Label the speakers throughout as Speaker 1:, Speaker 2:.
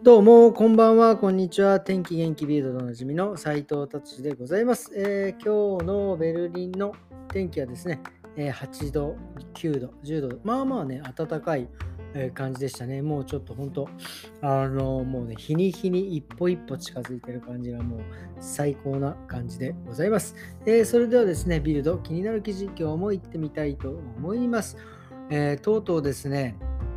Speaker 1: どうも、こんばんは、こんにちは。天気元気ビルドでおなじみの斉藤達でございます。今日のベルリンの天気はですね、8度、9度、10度、まあまあね、暖かい、感じでしたね。もうちょっと本当、もうね、日に日に一歩一歩近づいてる感じがもう最高な感じでございます。それではですね、ビルド気になる記事、今日も行ってみたいと思います。とうとうですね、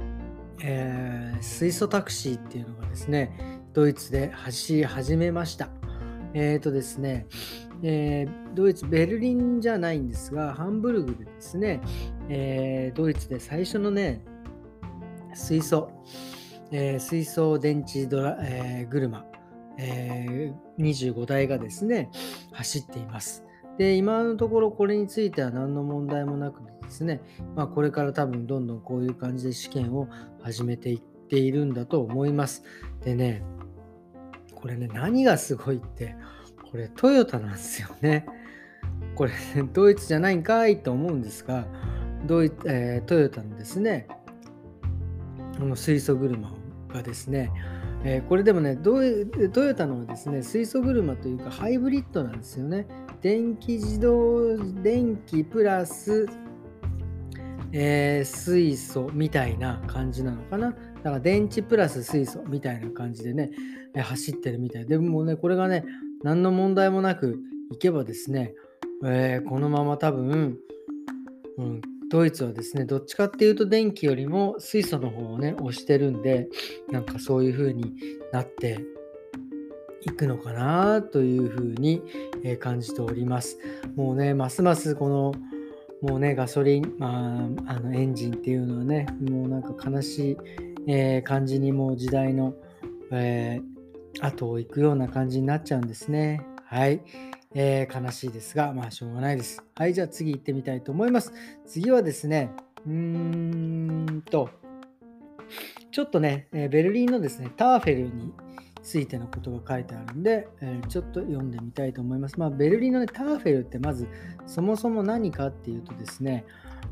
Speaker 1: 水素タクシーっていうのがですね、ドイツで走り始めました。ですね、ドイツ、ベルリンじゃないんですが、ハンブルグでですね、ドイツで最初のね、水素、水素電池車、25台がですね、走っています。で、今のところこれについては何の問題もなくですね、これから多分どんどんこういう感じで試験を始めていっているんだと思います。でね、これね、何がすごいって、これトヨタなんですよね。これドイツじゃないんかいと思うんですが、トヨタのですね、水素車がですね、これでもね、トヨタのはですね、水素車というかハイブリッドなんですよね。電気プラス、水素みたいな感じなのかな。だから電池プラス水素みたいな感じでね、走ってるみたいで、もうね、これがね、何の問題もなくいけばですね、このまま多分、うん、ドイツはですね、どっちかっていうと電気よりも水素の方をね、推してるんで、なんかそういう風になっていくのかなという風に、感じております。もうね、ますますこの、もうね、ガソリン、エンジンっていうのはね、もうなんか悲しい、感じにもう時代の、え後を行くような感じになっちゃうんですね。はい。悲しいですが、しょうがないです。はい、じゃあ次行ってみたいと思います。次はですね、うーんと、ちょっとね、ベルリンのですね、ターフェルについてのことが書いてあるんで、ちょっと読んでみたいと思います。ベルリンのね、ターフェルってまずそもそも何かっていうとですね、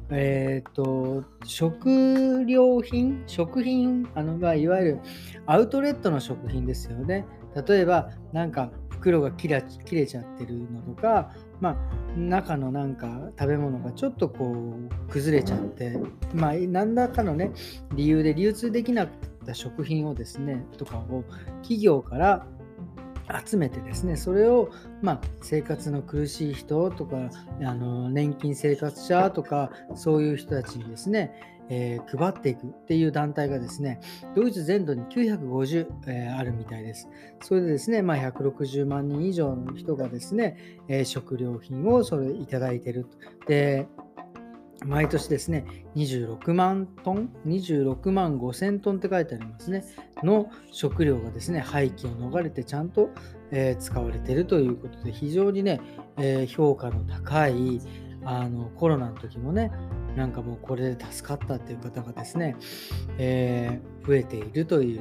Speaker 1: 食品、いわゆるアウトレットの食品ですよね。例えば、なんか袋が切れちゃってるのとか、中のなんか食べ物がちょっとこう崩れちゃって、何らかのね、理由で流通できなかった食品をですね、とかを企業から集めてですね、それを、生活の苦しい人とか、年金生活者とか、そういう人たちにですね、配っていくっていう団体がですね、ドイツ全土に950、あるみたいです。それでですね、160万人以上の人がですね、食料品をそれいただいていると。で、毎年ですね、26万トン、26万5千トンって書いてありますね、の食料がですね、廃棄を逃れてちゃんと、使われているということで、非常にね、評価の高い、コロナの時もね、なんかもうこれで助かったっていう方がですね、増えているという、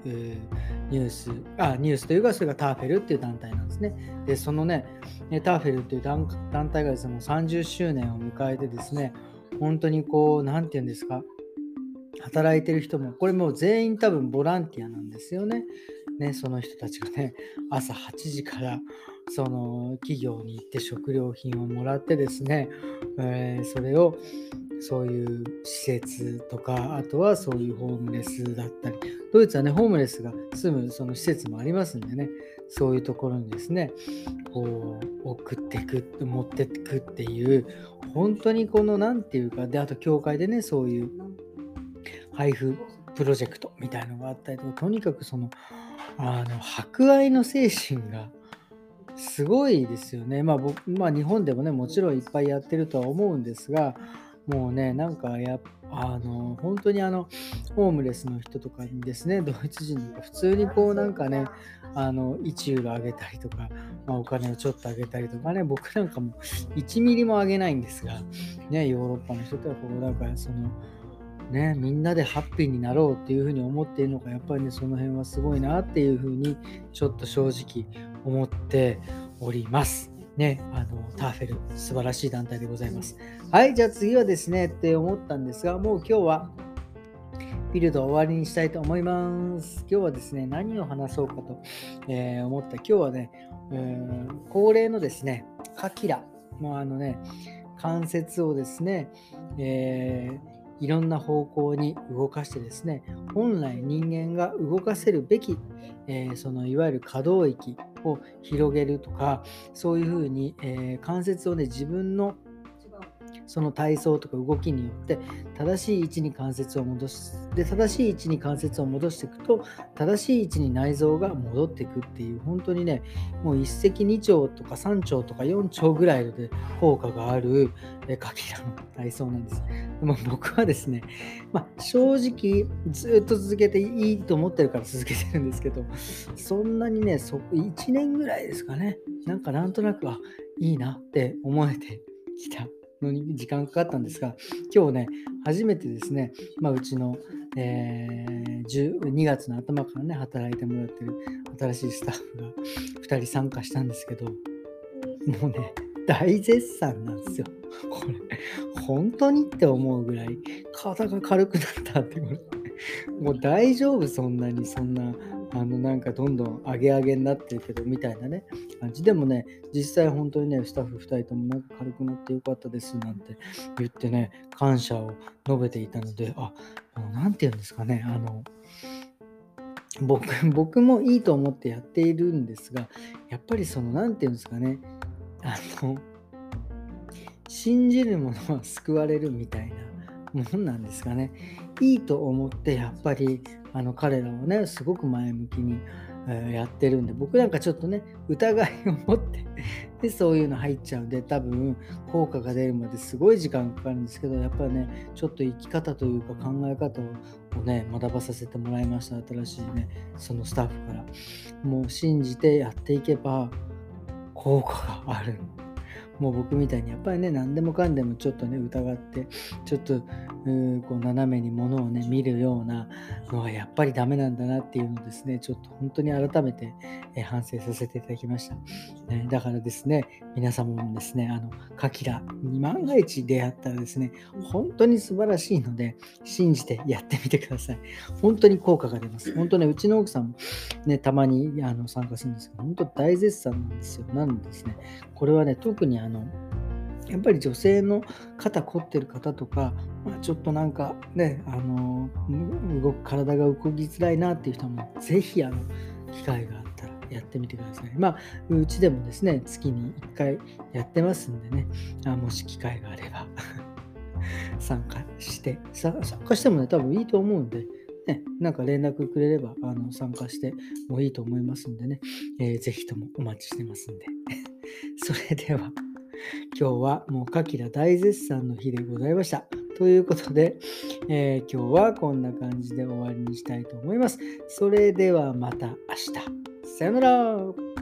Speaker 1: ニュースというか、それがターフェルっていう団体なんですね。で、そのね、ターフェルっていう団体がですね、もう30周年を迎えてですね、本当にこう、なんて言うんですか、働いてる人も、これもう全員多分ボランティアなんですよね。ね、その人たちがね、朝8時からその企業に行って食料品をもらってですね、それをそういう施設とか、あとはそういうホームレスだったり、ドイツはね、ホームレスが住むその施設もありますんでね、そういうところにですね、こう送っていく、持っていくっていう、本当にこのなんていうか、で、あと教会でね、そういう配布プロジェクトみたいのがあったりとか、とにかくその、博愛の精神がすごいですよね。日本でもね、もちろんいっぱいやってるとは思うんですが、もうね、なんか本当にホームレスの人とかにですね、ドイツ人とか普通にこうなんかね、1ユーロあげたりとか、お金をちょっとあげたりとかね、僕なんかも1ミリもあげないんですが、ね、ヨーロッパの人とはこうなんかその、ね、みんなでハッピーになろうっていうふうに思っているのが、やっぱりね、その辺はすごいなっていうふうに、ちょっと正直思っております。ね、ターフェル、素晴らしい団体でございます。はい、じゃあ次はですね、って思ったんですが、もう今日はビルド終わりにしたいと思います。今日はですね、何を話そうかと、思った。今日はね、恒例のですね、カキラ。もう関節をですね、いろんな方向に動かしてですね、本来人間が動かせるべき、そのいわゆる可動域を広げるとか、そういうふうに、関節をね、自分のその体操とか動きによって正しい位置に関節を戻す。で、正しい位置に関節を戻していくと、正しい位置に内臓が戻っていくっていう、本当にね、もう一石二鳥とか三鳥とか四鳥ぐらいで効果があるカキラの体操なんです。でも僕はですね、正直ずっと続けていいと思ってるから続けてるんですけど、そんなにね、1年ぐらいですかね、なんとなく、いいなって思えてきたのに時間かかったんですが、今日ね、初めてですね、うちの、2月の頭からね、働いてもらってる新しいスタッフが2人参加したんですけど、もうね、大絶賛なんですよ。これ、本当にって思うぐらい、肩が軽くなったってこれ。もう大丈夫そんなに、そんな、どんどん上げ上げになってるけど、みたいなね、感じ。でもね、実際本当にね、スタッフ2人とも軽くなってよかったですなんて言ってね、感謝を述べていたので、なんて言うんですかね、僕もいいと思ってやっているんですが、やっぱりなんて言うんですかね、信じる者は救われるみたいなもんなんですかね。いいと思ってやっぱり彼らはねすごく前向きに、やってるんで、僕なんかちょっとね疑いを持ってでそういうの入っちゃうんで、多分効果が出るまですごい時間かかるんですけど、やっぱりねちょっと生き方というか考え方をね学ばさせてもらいました。新しいねそのスタッフから。もう信じてやっていけば効果がある。もう僕みたいにやっぱりね何でもかんでもちょっとね疑ってちょっとこう斜めにものをね見るようなのはやっぱりダメなんだなっていうのをですね、ちょっと本当に改めて反省させていただきました。だからですね、皆様もですねカキラに万が一出会ったらですね、本当に素晴らしいので信じてやってみてください。本当に効果が出ます。本当ね、うちの奥さんもねたまに参加するんですけど、本当大絶賛なんですよ。なんですね、これはね特にやっぱり女性の肩凝ってる方とか、ちょっとね、体が動きづらいなっていう人も、ぜひ機会があったらやってみてください。うちでもですね、月に1回やってますんでね、もし機会があれば参加してもね、多分いいと思うんで、ね、連絡くれれば参加してもいいと思いますんでね、ぜひともお待ちしてますんで。それでは。今日はもうカキラ大絶賛の日でございました。ということで、今日はこんな感じで終わりにしたいと思います。それではまた明日。さよなら。